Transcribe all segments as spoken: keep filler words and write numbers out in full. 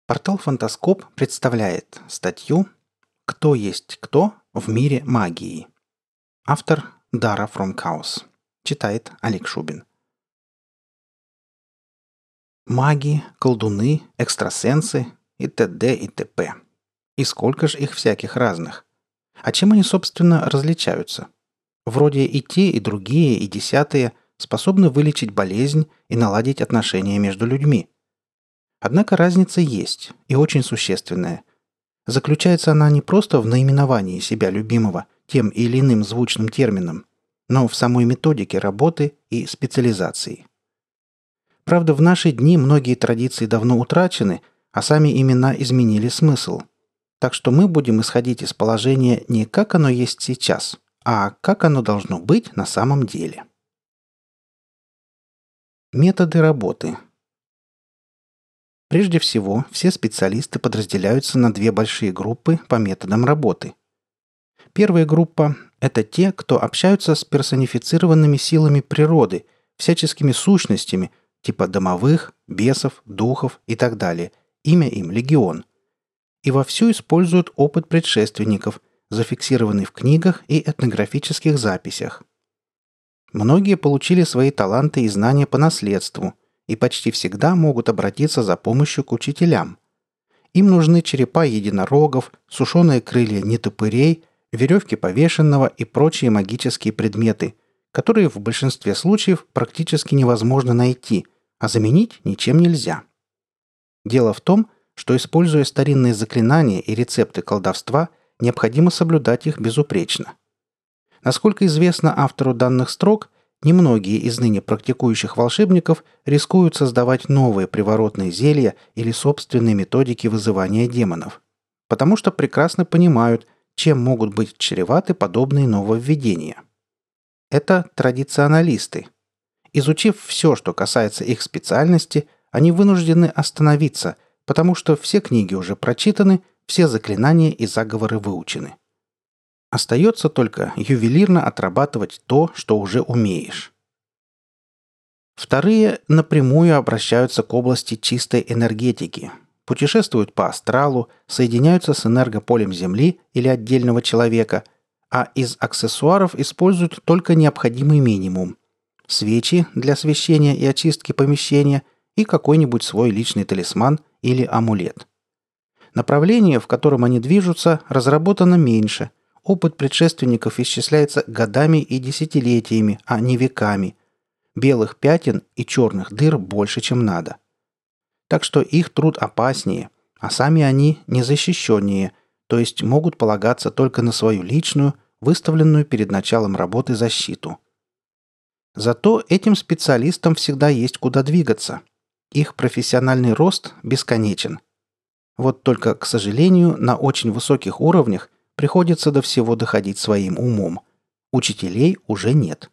Портал «Фантаскоп» представляет статью «Кто есть кто в мире магии». Автор Дара From Chaos. Читает Олег Шубин. Маги, колдуны, экстрасенсы и т.д. и т.п. И сколько же их всяких разных. А чем они, собственно, различаются? Вроде и те, и другие, и десятые способны вылечить болезнь и наладить отношения между людьми. Однако разница есть, и очень существенная. Заключается она не просто в наименовании себя любимого тем или иным звучным термином, но в самой методике работы и специализации. Правда, в наши дни многие традиции давно утрачены, а сами имена изменили смысл. Так что мы будем исходить из положения не как оно есть сейчас, а как оно должно быть на самом деле. Методы работы. Прежде всего, все специалисты подразделяются на две большие группы по методам работы. Первая группа – это те, кто общаются с персонифицированными силами природы, всяческими сущностями, типа домовых, бесов, духов и так далее. Имя им – легион. И вовсю используют опыт предшественников, зафиксированный в книгах и этнографических записях. Многие получили свои таланты и знания по наследству – и почти всегда могут обратиться за помощью к учителям. Им нужны черепа единорогов, сушеные крылья нетопырей, веревки повешенного и прочие магические предметы, которые в большинстве случаев практически невозможно найти, а заменить ничем нельзя. Дело в том, что, используя старинные заклинания и рецепты колдовства, необходимо соблюдать их безупречно. Насколько известно автору данных строк, немногие из ныне практикующих волшебников рискуют создавать новые приворотные зелья или собственные методики вызывания демонов, потому что прекрасно понимают, чем могут быть чреваты подобные нововведения. Это традиционалисты. Изучив все, что касается их специальности, они вынуждены остановиться, потому что все книги уже прочитаны, все заклинания и заговоры выучены. Остается только ювелирно отрабатывать то, что уже умеешь. Вторые напрямую обращаются к области чистой энергетики, путешествуют по астралу, соединяются с энергополем Земли или отдельного человека, а из аксессуаров используют только необходимый минимум – свечи для освещения и очистки помещения и какой-нибудь свой личный талисман или амулет. Направление, в котором они движутся, разработано меньше – опыт предшественников исчисляется годами и десятилетиями, а не веками. Белых пятен и черных дыр больше, чем надо. Так что их труд опаснее, а сами они незащищеннее, то есть могут полагаться только на свою личную, выставленную перед началом работы защиту. Зато этим специалистам всегда есть куда двигаться. Их профессиональный рост бесконечен. Вот только, к сожалению, на очень высоких уровнях приходится до всего доходить своим умом. Учителей уже нет.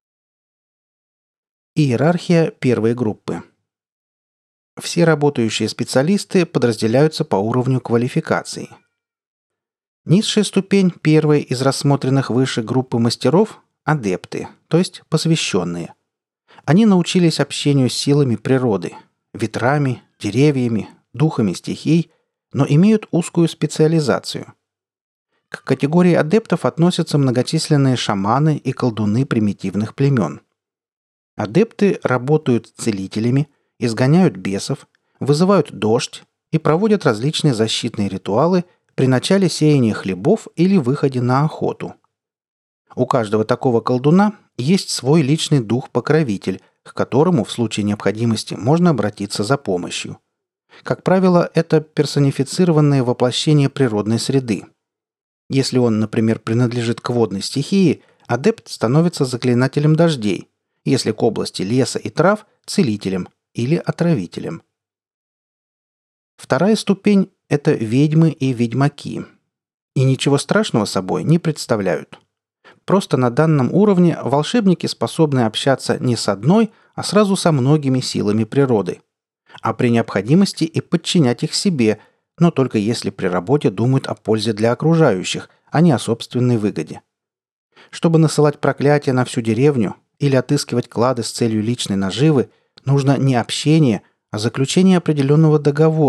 Иерархия первой группы. Все работающие специалисты подразделяются по уровню квалификации. Низшая ступень первой из рассмотренных выше группы мастеров – адепты, то есть посвященные. Они научились общению с силами природы – ветрами, деревьями, духами стихий, но имеют узкую специализацию – к категории адептов относятся многочисленные шаманы и колдуны примитивных племен. Адепты работают целителями, изгоняют бесов, вызывают дождь и проводят различные защитные ритуалы при начале сеяния хлебов или выходе на охоту. У каждого такого колдуна есть свой личный дух-покровитель, к которому в случае необходимости можно обратиться за помощью. Как правило, это персонифицированное воплощение природной среды. Если он, например, принадлежит к водной стихии, адепт становится заклинателем дождей, если к области леса и трав – целителем или отравителем. Вторая ступень – это ведьмы и ведьмаки. И ничего страшного собой не представляют. Просто на данном уровне волшебники способны общаться не с одной, а сразу со многими силами природы. А при необходимости и подчинять их себе – но только если при работе думают о пользе для окружающих, а не о собственной выгоде. Чтобы насылать проклятия на всю деревню или отыскивать клады с целью личной наживы, нужно не общение, а заключение определенного договора,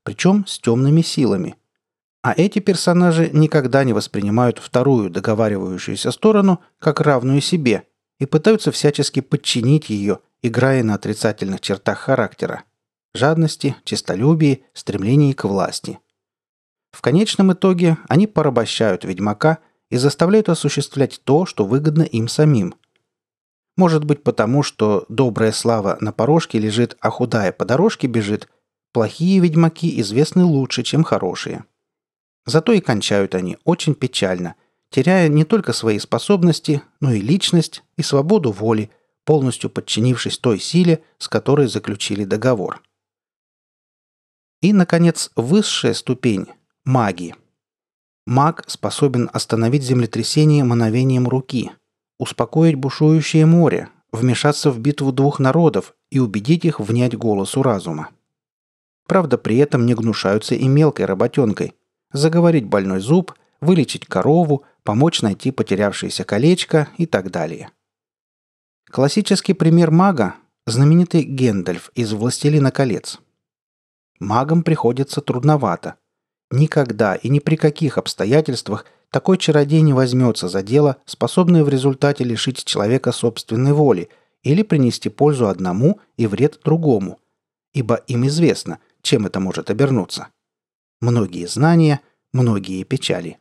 причем с темными силами. А эти персонажи никогда не воспринимают вторую договаривающуюся сторону как равную себе и пытаются всячески подчинить ее, играя на отрицательных чертах характера – жадности, честолюбии, стремлении к власти. В конечном итоге они порабощают ведьмака и заставляют осуществлять то, что выгодно им самим. Может быть потому, что добрая слава на порожке лежит, а худая по дорожке бежит, плохие ведьмаки известны лучше, чем хорошие. Зато и кончают они очень печально, теряя не только свои способности, но и личность и свободу воли, полностью подчинившись той силе, с которой заключили договор. И, наконец, высшая ступень – маги. Маг способен остановить землетрясение мановением руки, успокоить бушующее море, вмешаться в битву двух народов и убедить их внять голосу разума. Правда, при этом не гнушаются и мелкой работенкой – заговорить больной зуб, вылечить корову, помочь найти потерявшееся колечко и так далее. Классический пример мага – знаменитый Гэндальф из «Властелина колец». Магам приходится трудновато. Никогда и ни при каких обстоятельствах такой чародей не возьмется за дело, способное в результате лишить человека собственной воли или принести пользу одному и вред другому, ибо им известно, чем это может обернуться. Многие знания, многие печали.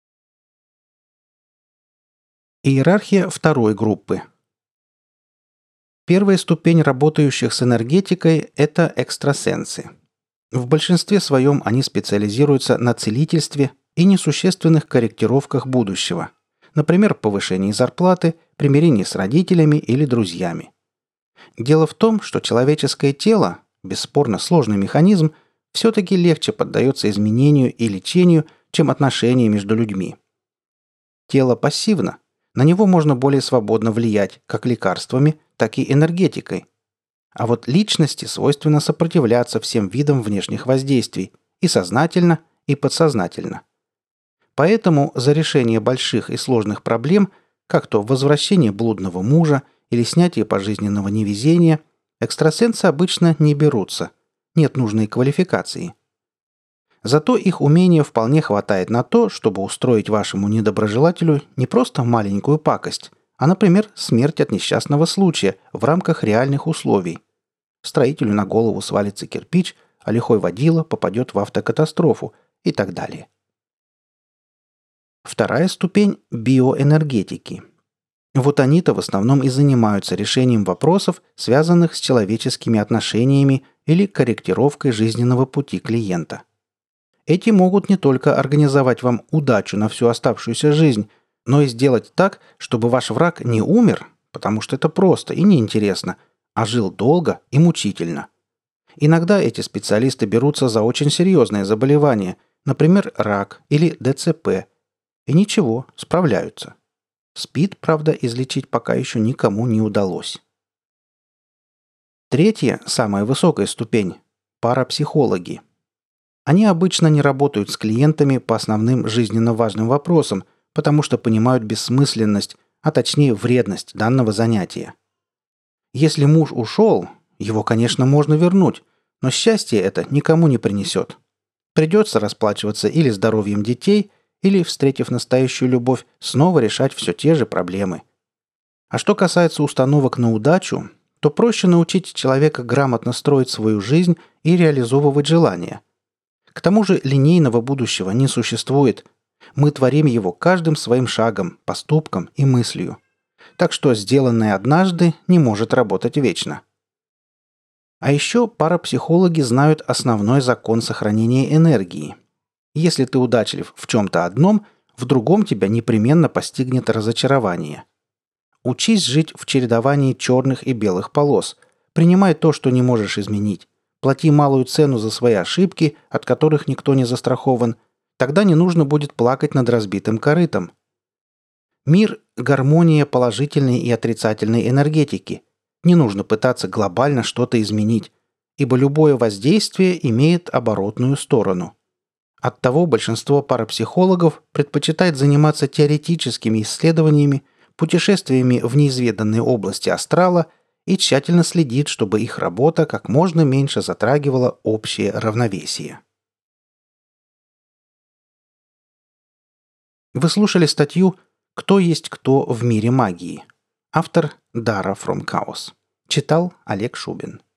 Иерархия второй группы. Первая ступень работающих с энергетикой – это экстрасенсы. В большинстве своем они специализируются на целительстве и несущественных корректировках будущего, например, повышении зарплаты, примирении с родителями или друзьями. Дело в том, что человеческое тело, бесспорно сложный механизм, все-таки легче поддается изменению и лечению, чем отношения между людьми. Тело пассивно, на него можно более свободно влиять как лекарствами, так и энергетикой. А вот личности свойственно сопротивляться всем видам внешних воздействий и сознательно, и подсознательно. Поэтому за решение больших и сложных проблем, как то возвращение блудного мужа или снятие пожизненного невезения, экстрасенсы обычно не берутся – нет нужной квалификации. Зато их умения вполне хватает на то, чтобы устроить вашему недоброжелателю не просто маленькую пакость, а, например, смерть от несчастного случая в рамках реальных условий. Строителю на голову свалится кирпич, а лихой водила попадет в автокатастрофу и так далее. Вторая ступень – биоэнергетики. Вот они-то в основном и занимаются решением вопросов, связанных с человеческими отношениями или корректировкой жизненного пути клиента. Эти могут не только организовать вам удачу на всю оставшуюся жизнь, но и сделать так, чтобы ваш враг не умер, потому что это просто и неинтересно, а жил долго и мучительно. Иногда эти специалисты берутся за очень серьезные заболевания, например, рак или ДЦП, и ничего, справляются. СПИД, правда, излечить пока еще никому не удалось. Третья, самая высокая ступень – парапсихологи. Они обычно не работают с клиентами по основным жизненно важным вопросам, потому что понимают бессмысленность, а точнее вредность данного занятия. Если муж ушел, его, конечно, можно вернуть, но счастье это никому не принесет. Придется расплачиваться или здоровьем детей, или, встретив настоящую любовь, снова решать все те же проблемы. А что касается установок на удачу, то проще научить человека грамотно строить свою жизнь и реализовывать желания. К тому же линейного будущего не существует. Мы творим его каждым своим шагом, поступком и мыслью. Так что сделанное однажды не может работать вечно. А еще парапсихологи знают основной закон сохранения энергии. Если ты удачлив в чем-то одном, в другом тебя непременно постигнет разочарование. Учись жить в чередовании черных и белых полос. Принимай то, что не можешь изменить. Плати малую цену за свои ошибки, от которых никто не застрахован. Тогда не нужно будет плакать над разбитым корытом. Мир – гармония положительной и отрицательной энергетики. Не нужно пытаться глобально что-то изменить, ибо любое воздействие имеет оборотную сторону. Оттого большинство парапсихологов предпочитает заниматься теоретическими исследованиями, путешествиями в неизведанные области астрала и тщательно следит, чтобы их работа как можно меньше затрагивала общее равновесие. Вы слушали статью «Кто есть кто в мире магии». Автор Дара from Chaos. Читал Олег Шубин.